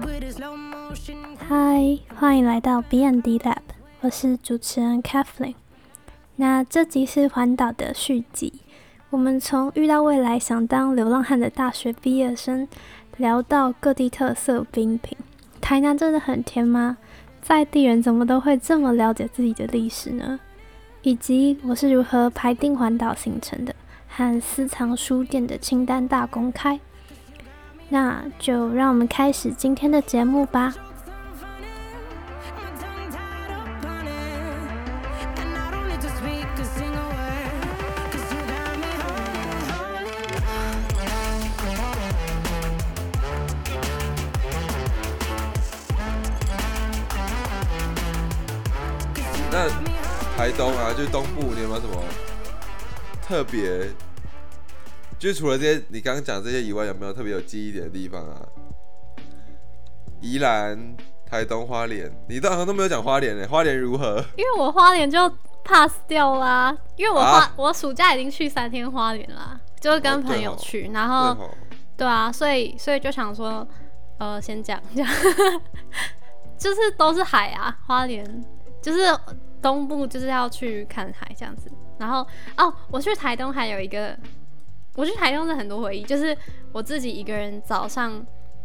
嗨，欢迎来到 B&D Lab， 我是主持人 Kathleen。那这集是环岛的续集，我们从遇到未来想当流浪汉的大学毕业生，聊到各地特色冰品。台南真的很甜吗？在地人怎么都会这么了解自己的历史呢？以及我是如何排定环岛行程的，和私藏书店的清单大公开。那就让我们开始今天的节目吧。 那台东啊，就是东部，你有没有什么特别？就是除了这些你刚刚讲这些以外，有没有特别有记忆点的地方啊？宜兰、台东、花莲，你好像都没有讲花莲花莲如何？ 因为我花莲就 pass 掉啦，因为我暑假已经去3天花莲啦，就是跟朋友去，然后对啊，所以就想说，先讲这样，就是都是海啊，花莲就是东部就是要去看海这样子，然后我去台东还有一个。我去台东的很多回忆，就是我自己一个人早上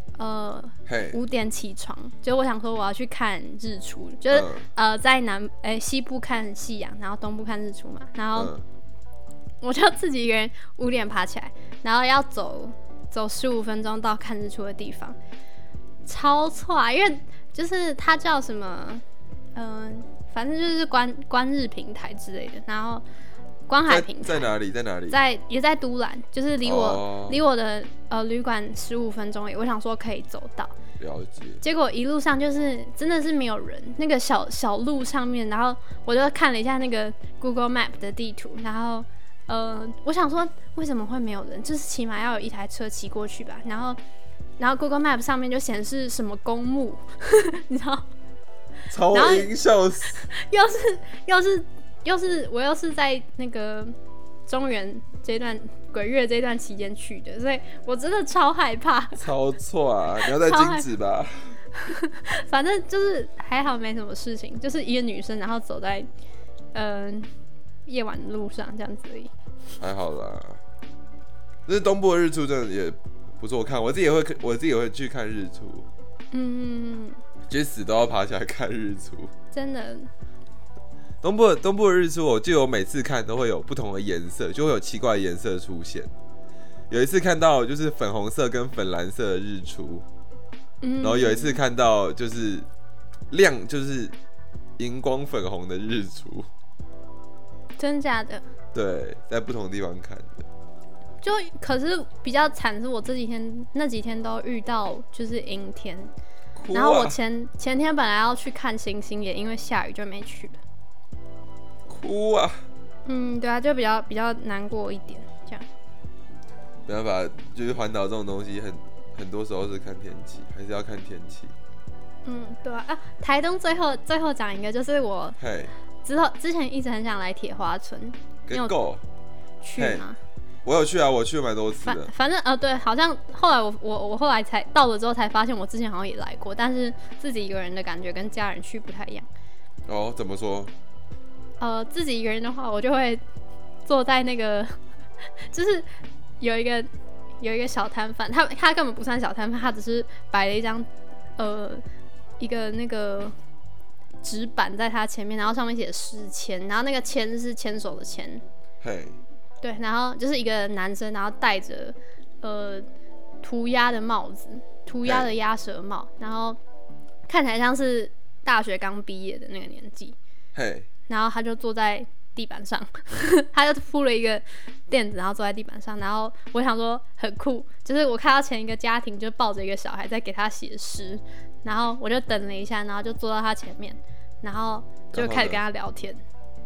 5点起床，就我想说我要去看日出，就是在西部看夕阳，然后东部看日出嘛，然后我就自己一个人5点爬起来，然后要走15分钟到看日出的地方，超错，因为就是它叫什么反正就是观日平台之类的，然后。观海平台在哪里？ 也在都兰，就是离我的旅馆15分钟而已。我想说可以走到， 了解。 结果一路上就是真的是没有人，那个小路上面，然后我就看了一下那个 Google Map 的地图，然后我想说为什么会没有人？就是起码要有一台车骑过去吧。然后 Google Map 上面就显示什么公墓，你知道？ 超音笑死！ 又是在那个中原这段鬼月这段期间去的，所以我真的超害怕。 超错啊！你要在金子吧？ 反正就是还好没什么事情，就是一个女生，然后走在夜晚的路上这样子而已。 还好啦。但是东部的日出真的也不错看，我自己也会去看日出。就是死都要爬起来看日出。真的。东部的日出，我记得我每次看都会有不同的颜色，就会有奇怪的颜色出现。有一次看到就是粉红色跟粉蓝色的日出，然后有一次看到就是亮，就是荧光粉红的日出。 真假的？对， 在不同地方看的。 就可是比较惨是我那几天都遇到就是阴天，然后我前天本来要去看星星，也因为下雨就没去了。 哭啊！ 对啊，就比较难过一点，这样。 没办法，就是环岛这种东西很多时候是看天气，还是要看天气。 对啊。台东最后讲一个，就是我之前一直很想来铁花村，你有去吗？ 我有去啊，我去了蛮多次的。 反正对，好像后来我后来才到了之后才发现，我之前好像也来过，但是自己一个人的感觉跟家人去不太一样。 哦，怎么说？ 自己一个人的话，我就会坐在那个，就是有一个小摊贩，他根本不算小摊贩，他只是摆了一张一个那个纸板在他前面，然后上面写诗签，然后那个签是牵手的牵，对，然后就是一个男生，然后戴着涂鸦的帽子，涂鸦的鸭舌帽，然后看起来像是大学刚毕业的那个年纪，然后他就坐在地板上，他就铺了一个垫子，然后坐在地板上。然后我想说很酷，就是我看到前一个家庭就抱着一个小孩在给他写诗，然后我就等了一下，然后就坐到他前面，然后就开始跟他聊天。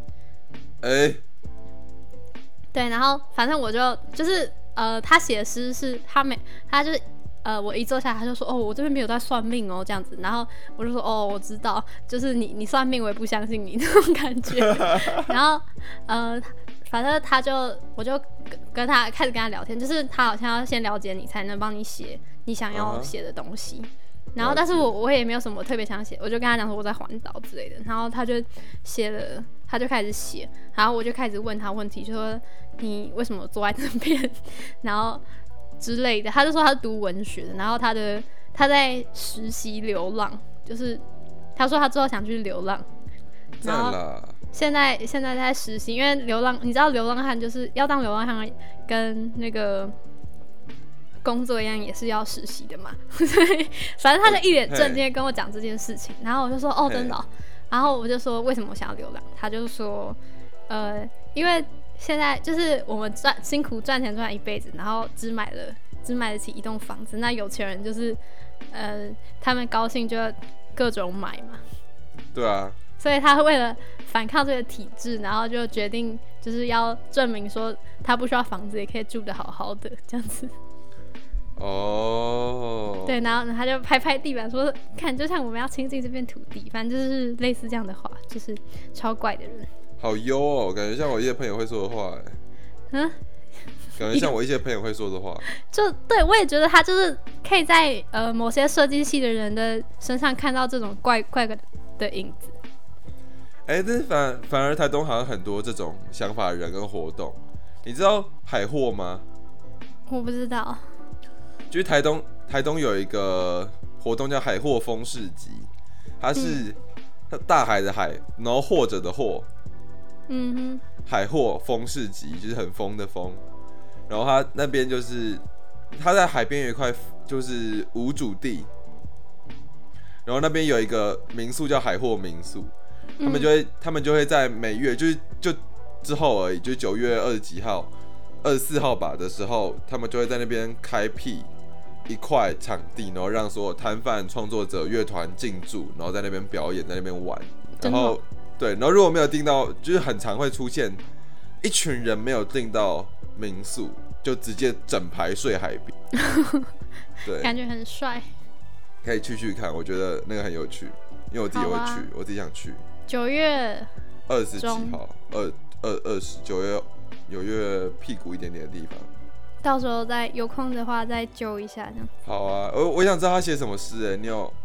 对，然后反正我就是他写诗是他就是我一坐下来他就说我这边没有在算命这样子，然后我就说我知道，就是你算命我也不相信你那种感觉。然后反正我就跟他开始跟他聊天，就是他好像要先了解你才能帮你写你想要写的东西。 然后但是我也没有什么特别想写，我就跟他讲说我在环岛之类的，然后他就开始写，然后我就开始问他问题，就说你为什么坐在这边，然后之类的。他就说他是读文学的，然后他在实习流浪，就是他说他之后想去流浪，然后现在在实习，因为流浪，你知道流浪汉就是要当流浪汉跟那个工作一样，也是要实习的嘛。所以反正他就一脸正经跟我讲这件事情，然后我就说哦真的哦，然后我就说为什么我想要流浪，他就说因为现在就是我们辛苦赚钱赚一辈子，然后只买得起一栋房子，那有钱人就是他们高兴就各种买嘛。 对啊。 所以他为了反抗这个体制，然后就决定就是要证明说他不需要房子也可以住得好好的这样子。 哦。 对，然后他就拍拍地板说：“看，就像我们要亲近这片土地。”反正就是类似这样的话，就是超怪的人。 好优哦，感觉像我一些朋友会说的话。感觉像我一些朋友会说的话。 就对，我也觉得他就是可以在某些设计系的人的身上看到这种怪的影子。 但是反而台东好像很多这种想法的人跟活动。你知道海货吗？ 我不知道。 就是台东有一个活动叫海货风市集，它是大海的海，然后或者的或，海货风市集就是很疯的疯。然后它那边就是它在海边有一块就是无主地，然后那边有一个民宿叫海货民宿。他们就会在每月就之后而已，就9月20几号、24号吧的时候，他们就会在那边开辟一块场地，然后让所有摊贩、创作者、乐团进驻，然后在那边表演，在那边玩。然后对，然后如果没有订到，就是很常会出现一群人没有订到民宿，就直接整排睡海边。对， 感觉很帅。 可以去看，我觉得那个很有趣，因为我自己也会去，我自己想去。 9月 20几号，9月有越屁股一点点的地方， 到时候再有空的话再揪一下这样。 好啊，我想知道他写什么诗你有？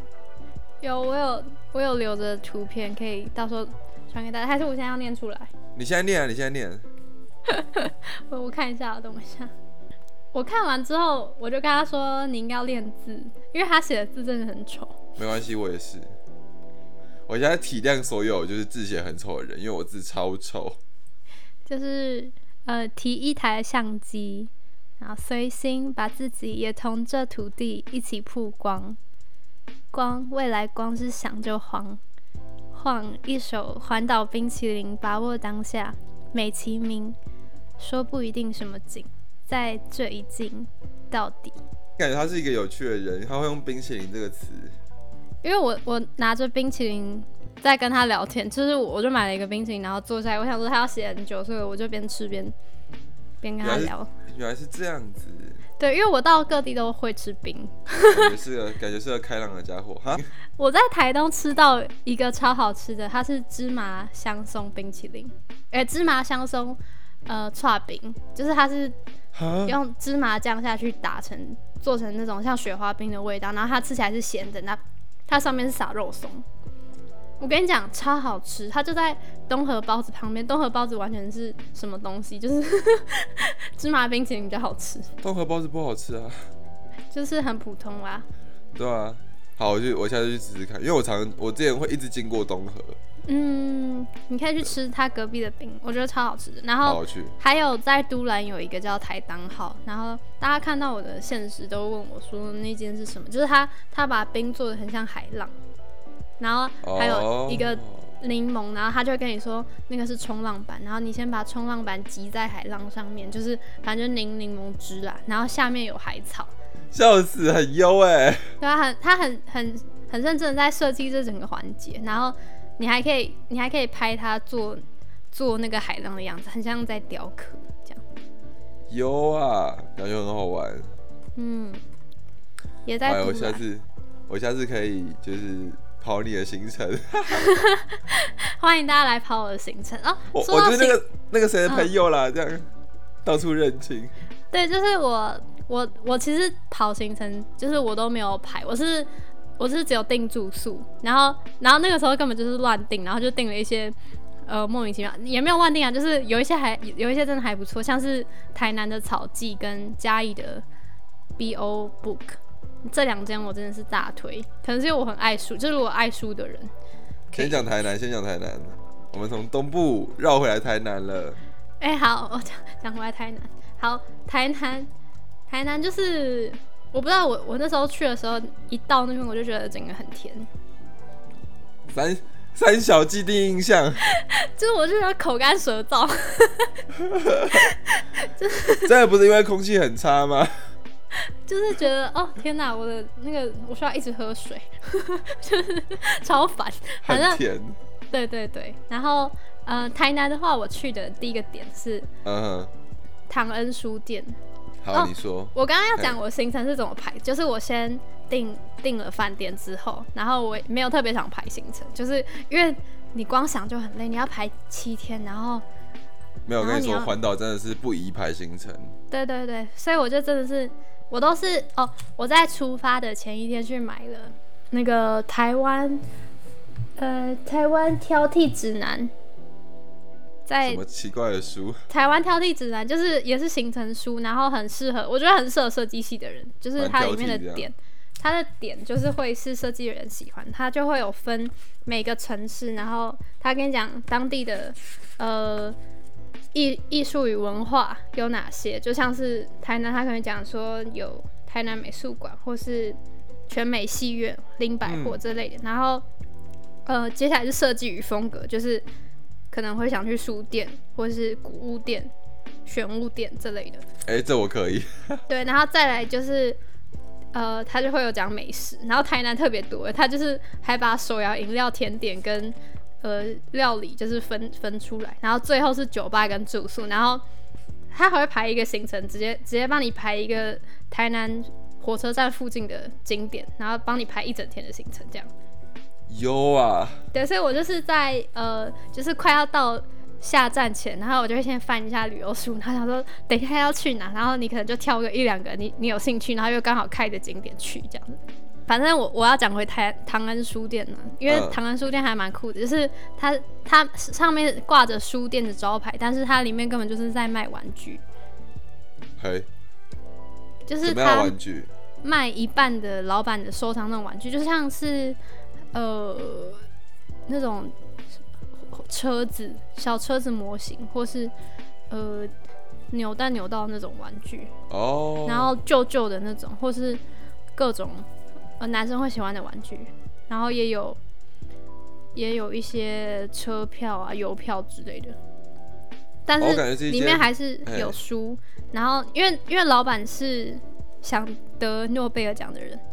我有留着图片，可以到时候传给大家，还是我现在要念出来？ 你现在念。 我看一下，等我一下。我看完之后，我就跟他说你应该要练字，因为他写的字真的很丑。 没关系，我也是。我现在体谅所有就是字写很丑的人，因为我字超丑。 就是提一台相机，然后随心把自己也同这土地一起曝光。未来光是想就晃一首环岛冰淇淋，把握当下美其名，说不一定什么景，在这一境到底。 感觉他是一个有趣的人，他会用冰淇淋这个词。 因为我拿着冰淇淋在跟他聊天，就是我就买了一个冰淇淋，然后坐下来，我想说他要写很久，所以我就边吃边跟他聊。 原来是这样子。 对，因为我到各地都会吃冰。 感觉是个开朗的家伙哈。 我在台东吃到一个超好吃的，它是芝麻香松冰淇淋，芝麻香松剉冰，就是它是用芝麻酱下去做成那种像雪花冰的味道，然后它吃起来是咸的，它上面是撒肉松。我跟你讲，超好吃，它就在东河包子旁边。东河包子完全是什么东西？就是芝麻冰淇淋比较好吃。 东河包子不好吃啊， 就是很普通啦。 对啊，好，我下次去试试看，因为我之前会一直经过东河。 你可以去吃它隔壁的饼，我觉得超好吃的。然后还有在都兰有一个叫台当号，然后大家看到我的现实都问我说那间是什么，就是他把冰做的很像海浪。然后还有一个柠檬，然后他就会跟你说那个是冲浪板，然后你先把冲浪板挤在海浪上面，就是反正就柠檬汁啦，然后下面有海草， 笑死，很优对啊，他很认真的在设计这整个环节，然后你还可以拍他做那个海浪的样子，很像在雕刻这样。 优啊，感觉很好玩。 也在都兰。 我下次可以就是跑你的行程。 欢迎大家来跑我的行程哦。 我觉得那个谁的朋友啦，这样到处认亲。 对，就是我我其实跑行程就是我都没有排，我是只有订住宿，然后那个时候根本就是乱订，然后就订了一些莫名其妙，也没有乱订啊，就是有一些真的还不错，像是台南的草记跟嘉义的 BO Book 这2间我真的是大推，可能是因为我很爱书，就是我爱书的人。 先讲台南，我们从东部绕回来台南了。 好，我讲回来台南。好，台南就是我不知道我那时候去的时候，一到那边我就觉得整个很甜。 三小既定印象， 就是我就觉得口干舌燥。 真的不是因为空气很差吗？ 就是觉得天哪，我的那个我需要一直喝水，就是超烦。 很甜。 对对对，然后台南的话，我去的第一个点是唐恩书店。 好，你说。 我刚刚要讲我行程是怎么排，就是我先订了饭店之后，然后我没有特别想排行程，就是因为你光想就很累，你要排7天，然后没有，我跟你说，环岛真的是不宜排行程。 对对对，所以我就真的是，我都是我在出发的前一天去买了那个台湾挑剔指南。 什么奇怪的书？ 台湾挑剔指南就是也是行程书，然后我觉得很适合设计系的人，就是它里面的点，它的点就是会是设计的人喜欢，它就会有分每个城市，然后他跟你讲当地的艺术与文化有哪些，就像是台南，他可能讲说有台南美术馆或是全美戏院、林百货之类的，然后接下来是设计与风格，就是可能会想去书店或是古物店、选物店之类的。 这我可以。 对，然后再来就是他就会有讲美食，然后台南特别多，他就是还把手摇饮料、甜点跟料理就是分出来，然后最后是酒吧跟住宿，然后他还会排一个行程，直接帮你排一个台南火车站附近的景点，然后帮你排一整天的行程这样。 有啊， 对，所以我就是在就是快要到下站前，然后我就会先翻一下旅游书，然后想说等一下要去哪，然后你可能就挑个1-2个你有兴趣，然后又刚好开的景点去这样子。反正我要讲回唐恩书店呢，因为唐恩书店还蛮酷的，就是它上面挂着书店的招牌，但是它里面根本就是在卖玩具。 嘿， 就是它卖一半的老板的收藏那种玩具，就像是那种小车子模型，或是扭蛋扭到那种玩具然后旧的那种，或是各种男生会喜欢的玩具，然后也有一些车票啊、邮票之类的，但是里面还是有书。然后因为老板是想得诺贝尔奖的人。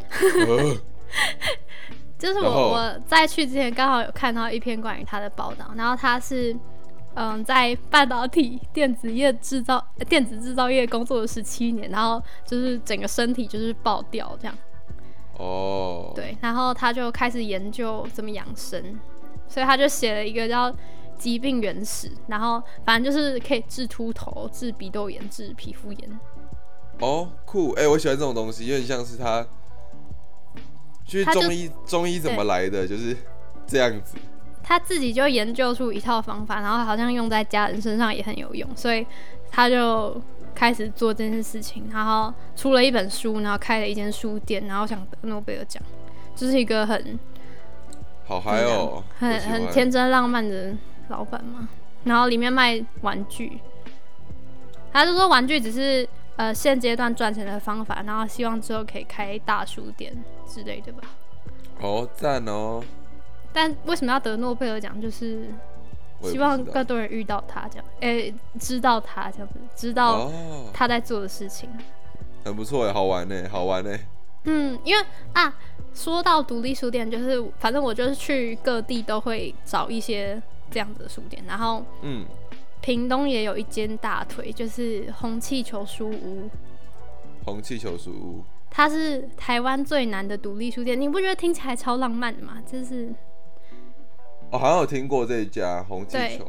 就是我在去之前刚好有看到一篇关于他的报道，然后他是在半导体电子制造业工作了17年，然后就是整个身体就是爆掉这样。对，然后他就开始研究怎么养生，所以他就写了一个叫疾病原始，然后反正就是可以治秃头、治鼻窦炎、治皮肤炎。 酷！我喜欢这种东西，有点像是他。就是中医怎么来的，就是这样子。 他自己就研究出一套方法，然后好像用在家人身上也很有用，所以他就开始做这件事情，然后出了一本书，然后开了一间书店，然后想得诺贝尔奖，就是一个很好嗨哦， 很天真浪漫的老板嘛。然后里面卖玩具，他就说玩具只是现阶段赚钱的方法，然后希望之后可以开大书店之类的吧。 赞哦！ 但为什么要得诺贝尔奖？就是希望更多人遇到他，这样，知道他这样子，知道他在做的事情， 很不错耶，好玩耶。 因为说到独立书店，就是反正我就是去各地都会找一些这样的书店，然后屏东也有一间大推，就是红气球书屋。 红气球书屋， 它是台湾最难的独立书店，你不觉得听起来超浪漫的吗？就是好像有听过这一家红气球。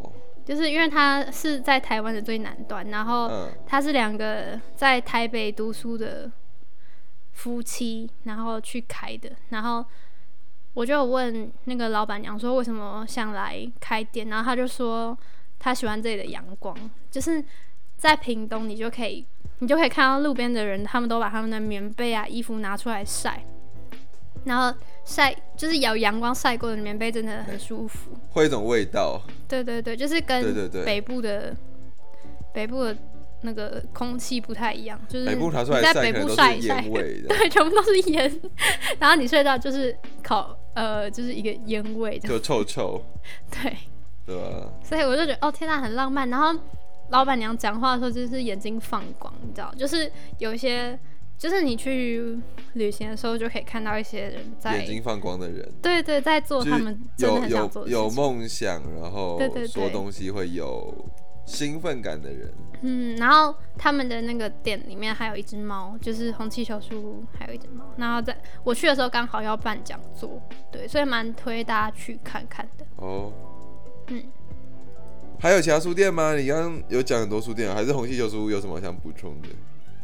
就是因为他是在台湾的最南端，然后他是2个在台北读书的夫妻，然后去开的。然后我就问那个老板娘说为什么想来开店，然后他就说他喜欢这里的阳光，就是在屏东你就可以看到路边的人，他们都把他们的棉被啊、衣服拿出来晒，然后晒就是有阳光晒过的棉被真的很舒服， 会有一种味道。 对对对，就是跟北部的那个空气不太一样，就是北部拿出来晒，在北部晒一晒，对，全部都是烟，然后你睡觉就是就是一个烟味， 就臭臭， 对， 对吧？ 所以我就觉得天哪，很浪漫。然后老板娘讲话的时候就是眼睛放光，你知道，就是有一些，就是你去旅行的时候就可以看到一些人在眼睛放光的人， 对对，在做他们真的很想做的事情， 有梦想，然后说东西会有兴奋感的人。 然后他们的那个店里面还有一只猫，就是红气球书还有一只猫。然后我去的时候刚好要办讲座，对，所以蛮推大家去看看的。 还有其他书店吗？你刚刚有讲很多书店，还是红气球书有什么想补充的？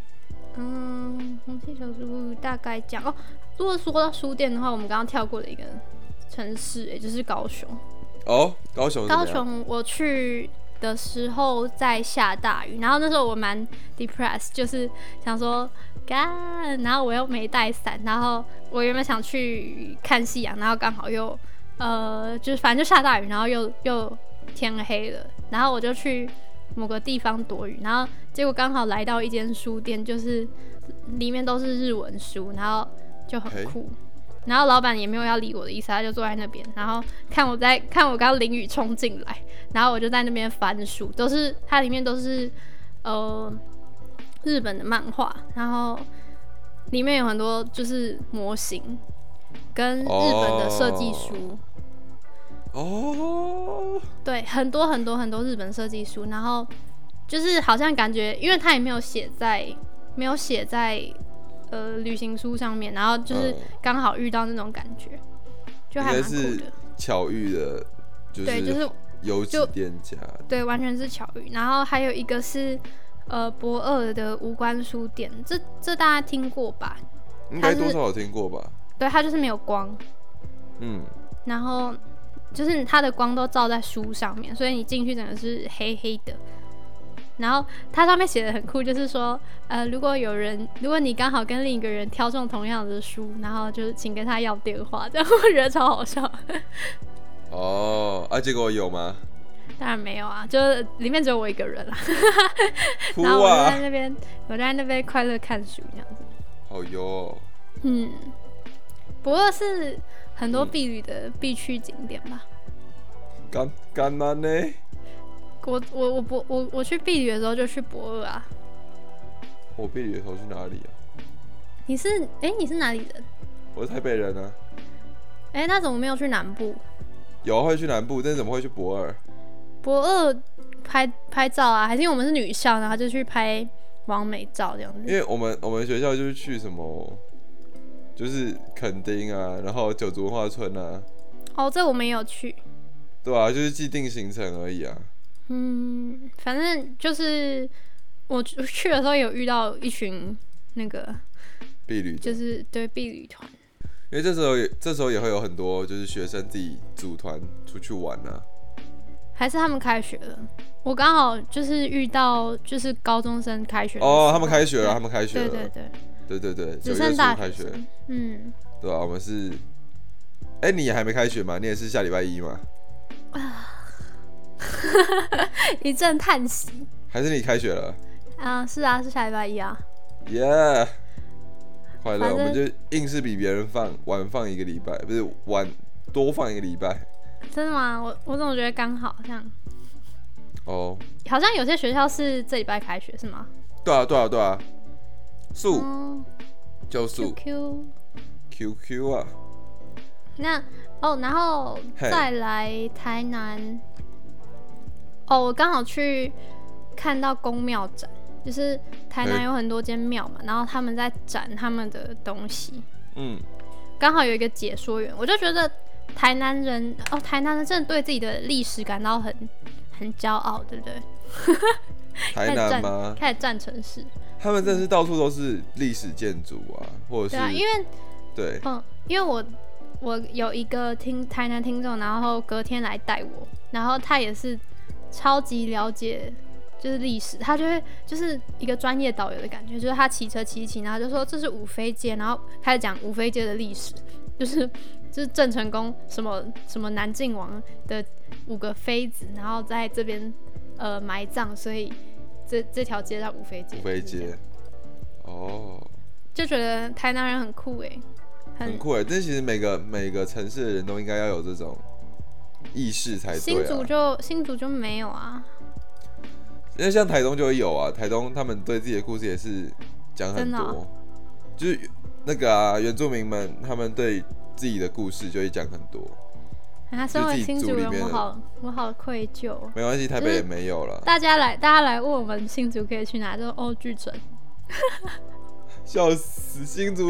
红气球书大概讲如果说到书店的话，我们刚刚跳过了一个城市，就是高雄。 高雄我去的时候在下大雨，然后那时候我蛮 depressed， 就是想说干，然后我又没带伞，然后我原本想去看夕阳，然后刚好又就是反正就下大雨，然后又天黑了，然后我就去某个地方躲雨，然后结果刚好来到一间书店，就是里面都是日文书，然后就很酷。然后老板也没有要理我的意思，他就坐在那边，然后看我刚淋雨冲进来，然后我就在那边翻书，它里面都是日本的漫画，然后里面有很多就是模型跟日本的设计书。对，很多很多很多日本设计书，然后就是好像感觉，因为他也没有写在旅行书上面，然后就是刚好遇到那种感觉，就还蛮酷的。 巧遇的，就是优质店家， 对，完全是巧遇。然后还有一个是博二的无关书店，这大家听过吧？ 应该多少有听过吧？ 对，它就是没有光，然后就是它的光都照在书上面，所以你进去整个是黑黑的。然后它上面写的很酷，就是说，如果你刚好跟另一个人挑中同样的书，然后就是请跟他要电话，这样我觉得超好笑。 结果有吗？ 当然没有啊，就是里面只有我一个人啦。 哭啊！ 然后我在那边快乐看书这样子。 好哟。 不过是很多避旅的必去景点吧？ 干嘛呢？ 我去避旅的时候就去博二啊。 我避旅的时候去哪里啊？ 你是哪里人？ 我是台北人啊。 那怎么没有去南部？ 有会去南部，但是怎么会去博二？ 博二拍照啊，还是因为我们是女校，然后就去拍网美照这样子？ 因为我们学校就是去什么，就是垦丁啊，然后九族文化村啊。 这我没有去。 对啊，就是既定行程而已啊。 反正就是我去的时候有遇到一群那个避旅， 就是对避旅团。 因为这时候也会有很多就是学生自己组团出去玩啊。 还是他们开学了？我刚好就是遇到就是高中生开学。 他们开学了，对， 只剩大学开学。对啊，我们是，你还没开学吗？你也是下礼拜一吗？ 一阵叹息。 还是你开学了？ 是啊，是下礼拜一啊。 耶，快乐！我们就硬是比别人晚放一个礼拜，不是多放一个礼拜。 真的吗？我怎么觉得刚好这样？ 好像有些学校是这礼拜开学是吗？ 对啊，就素 QQ 啊。 那然后再来台南。我刚好去看到宫庙展，就是台南有很多间庙嘛，然后他们在展他们的东西。刚好有一个解说员，我就觉得台南人真的对自己的历史感到很很骄傲，对不对？ 台南吗？ 开始占城市。 他们真的是到处都是历史建筑啊，或者是对啊，因为对， 因为我有一个台南听众，然后隔天来带我，然后他也是超级了解就是历史，他就会就是一个专业导游的感觉，就是他骑车骑一骑，然后就说这是五妃街，然后开始讲五妃街的历史，就是郑成功什么南靖王的5个妃子，然后在这边埋葬，所以这条街叫五妃街。 五妃街，哦， 就觉得台南人很酷哎， 很酷哎。但其实每个城市的人都应该要有这种意识才对啊。 新竹就没有啊。 因为像台东就会有啊，台东他们对自己的故事也是讲很多， 哦、 就是那个啊原住民们他们对自己的故事就会讲很多。 身为新竹人，我好愧疚。 没关系，台北也没有了。 大家来问我们新竹可以去哪，就是欧巨城。 笑死，新竹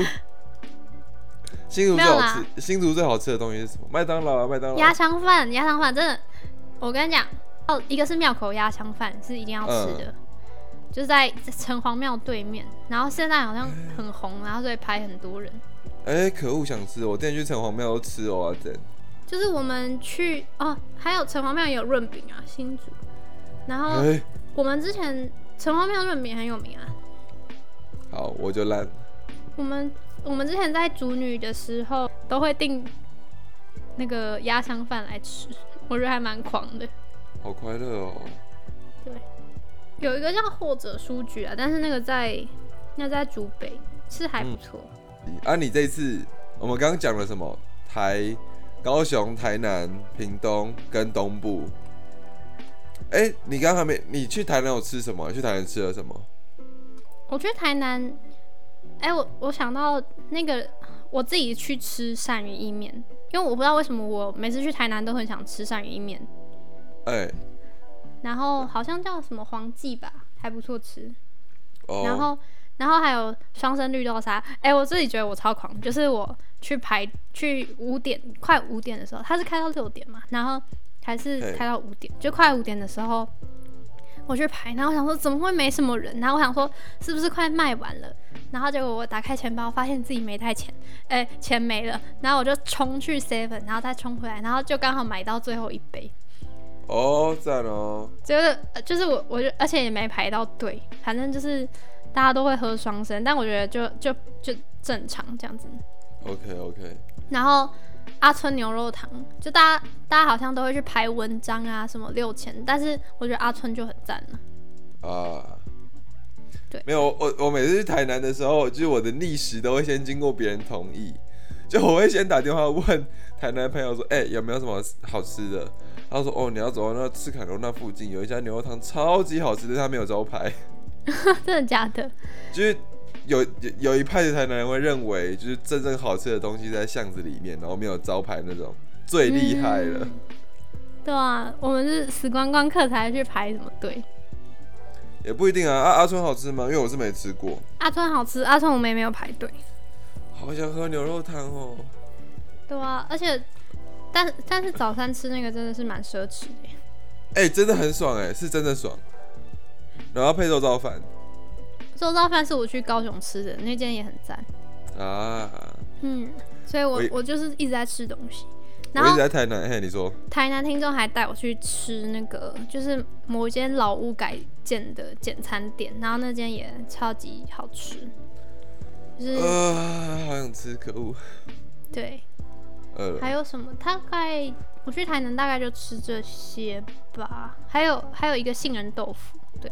最好吃的东西是什么？麦当劳啊，麦当劳。 鸭香饭真的，我跟你讲，一个是庙口鸭香饭是一定要吃的，就是在城隍庙对面，然后现在好像很红，然后所以排很多人。 可恶，想吃！我之前去城隍庙都吃蚵仔煎。 就是我们去还有城隍庙也有润饼啊，新竹。然后我们之前城隍庙润饼很有名啊。 好，我就烂。 我们之前在竹女的时候都会订那个鸭香饭来吃，我觉得还蛮狂的。 好快乐哦。 对，有一个叫或者书局啊，但是那在竹北，是还不错。 你这一次我们刚刚讲了什么？高雄、台南、屏东跟东部。你刚刚还没，你去台南有吃什么？去台南吃了什么？ 我去台南，我想到那个我自己去吃鳝鱼意面，因为我不知道为什么我每次去台南都很想吃鳝鱼意面。然后好像叫什么黄记吧，还不错吃。然后还有双生绿豆沙，我自己觉得我超狂，就是我去5点，快5点的时候，它是开到6点嘛，然后还是开到5点，就快5点的时候，我去排，然后我想说怎么会没什么人，然后我想说是不是快卖完了，然后结果我打开钱包，发现自己没带钱，钱没了，然后我就冲去 7， 然后再冲回来，然后就刚好买到最后一杯。 赞哦！ 就是我就而且也没排到队，反正就是大家都会喝双生，但我觉得就正常这样子。 OK。然后阿春牛肉汤，就大家好像都会去排文章啊，什么6000，但是我觉得阿春就很赞了。对， 没有我每次去台南的时候，就是我的觅食都会先经过别人同意，就我会先打电话问台南的朋友说，有没有什么好吃的？他说你要走到那赤坎楼那附近有一家牛肉汤超级好吃的，他没有招牌。 真的假的？ 就是有一派的台南人会认为，就是真正好吃的东西在巷子里面，然后没有招牌那种最厉害了。 对啊，我们是死观光客才去排什么队。 也不一定啊。阿春好吃吗？因为我是没吃过。 阿春好吃，阿春我们也没有排队。 好想喝牛肉汤哦。 对啊，而且但是早餐吃那个真的是蛮奢侈的。 真的很爽是真的爽。然后配肉燥饭。 肉燥饭是我去高雄吃的，那间也很赞啊。所以我就是一直在吃东西。然后我一直在台南，你说。 台南听众还带我去吃那个，就是某一间老屋改建的简餐店，然后那间也超级好吃。就是好想吃，可恶。 对。还有什么？大概我去台南大概就吃这些吧。还有一个杏仁豆腐，对。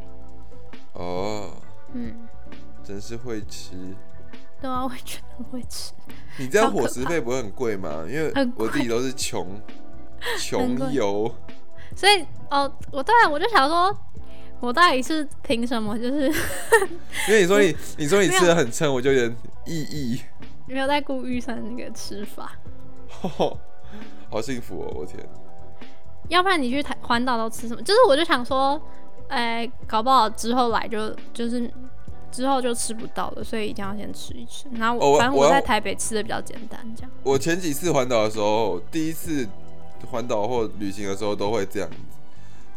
真是会吃。 对啊，我也觉得会吃。 你这样伙食费不会很贵吗？因为我自己都是穷游， 所以我就想说，我到底是凭什么？就是因为你说你吃得很撑，我就有点异议。 没有在顾预算那个吃法。 好幸福哦！我天。 要不然你去环岛都吃什么？就是我就想说，搞不好之后来就是之后就吃不到了，所以一定要先吃一吃。然后反正我在台北吃的比较简单，这样。 我前几次环岛的时候，第一次环岛或旅行的时候都会这样子，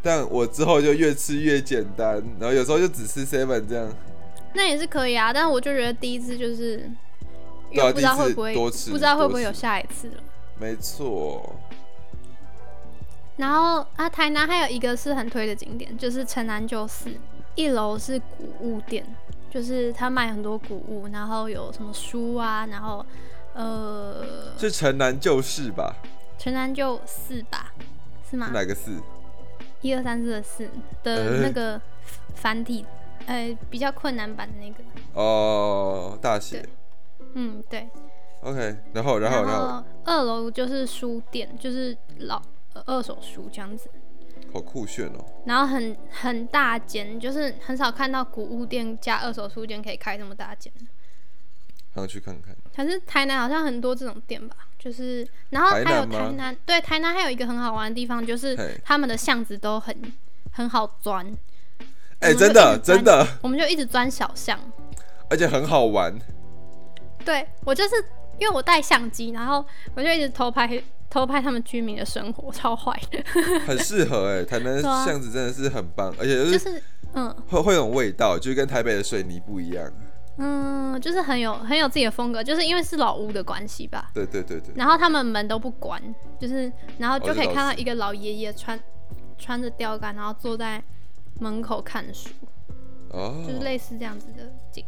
但我之后就越吃越简单，然后有时候就只吃 7这样。 那也是可以啊，但是我就觉得第一次就是，因为不知道会不会多吃， 不知道会不会有下一次了。 没错。 然后啊，台南还有一个是很推的景点，就是城南旧寺，1楼是古物店，就是他卖很多古物，然后有什么书啊，然后是城南旧寺吧？ 城南旧寺吧？是吗？ 是哪个寺 ？1、2、3、4的寺的那个繁体，比较困难版的那个。 哦，大写。 嗯，对。 OK， 然后2 楼就是书店，就是二手书这样子， 好酷炫哦！ 然后很大间，就是很少看到古物店加二手书店可以开这么大间。 想去看看。 可是台南好像很多这种店吧，就是然后还有台南，对，台南还有一个很好玩的地方，就是他们的巷子都很好钻。 真的， 我们就一直钻小巷， 而且很好玩。 对，我就是因为我带相机，然后我就一直偷拍他们居民的生活，超坏的。很适合台南巷子真的是很棒，而且就是会有种味道，就是跟台北的水泥不一样。 就是很有自己的风格，就是因为是老屋的关系吧。 对。 然后他们门都不关，就是然后就可以看到一个老爷爷穿着吊杆，然后坐在门口看书。就是类似这样子的景。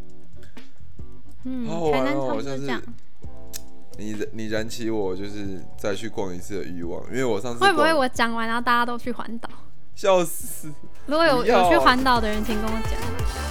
台南差不多这样。 你燃起我就是再去逛一次的欲望，因为我上次会不会我讲完然后大家都去环岛？ 笑死！ 如果有去环岛的人，请跟我讲。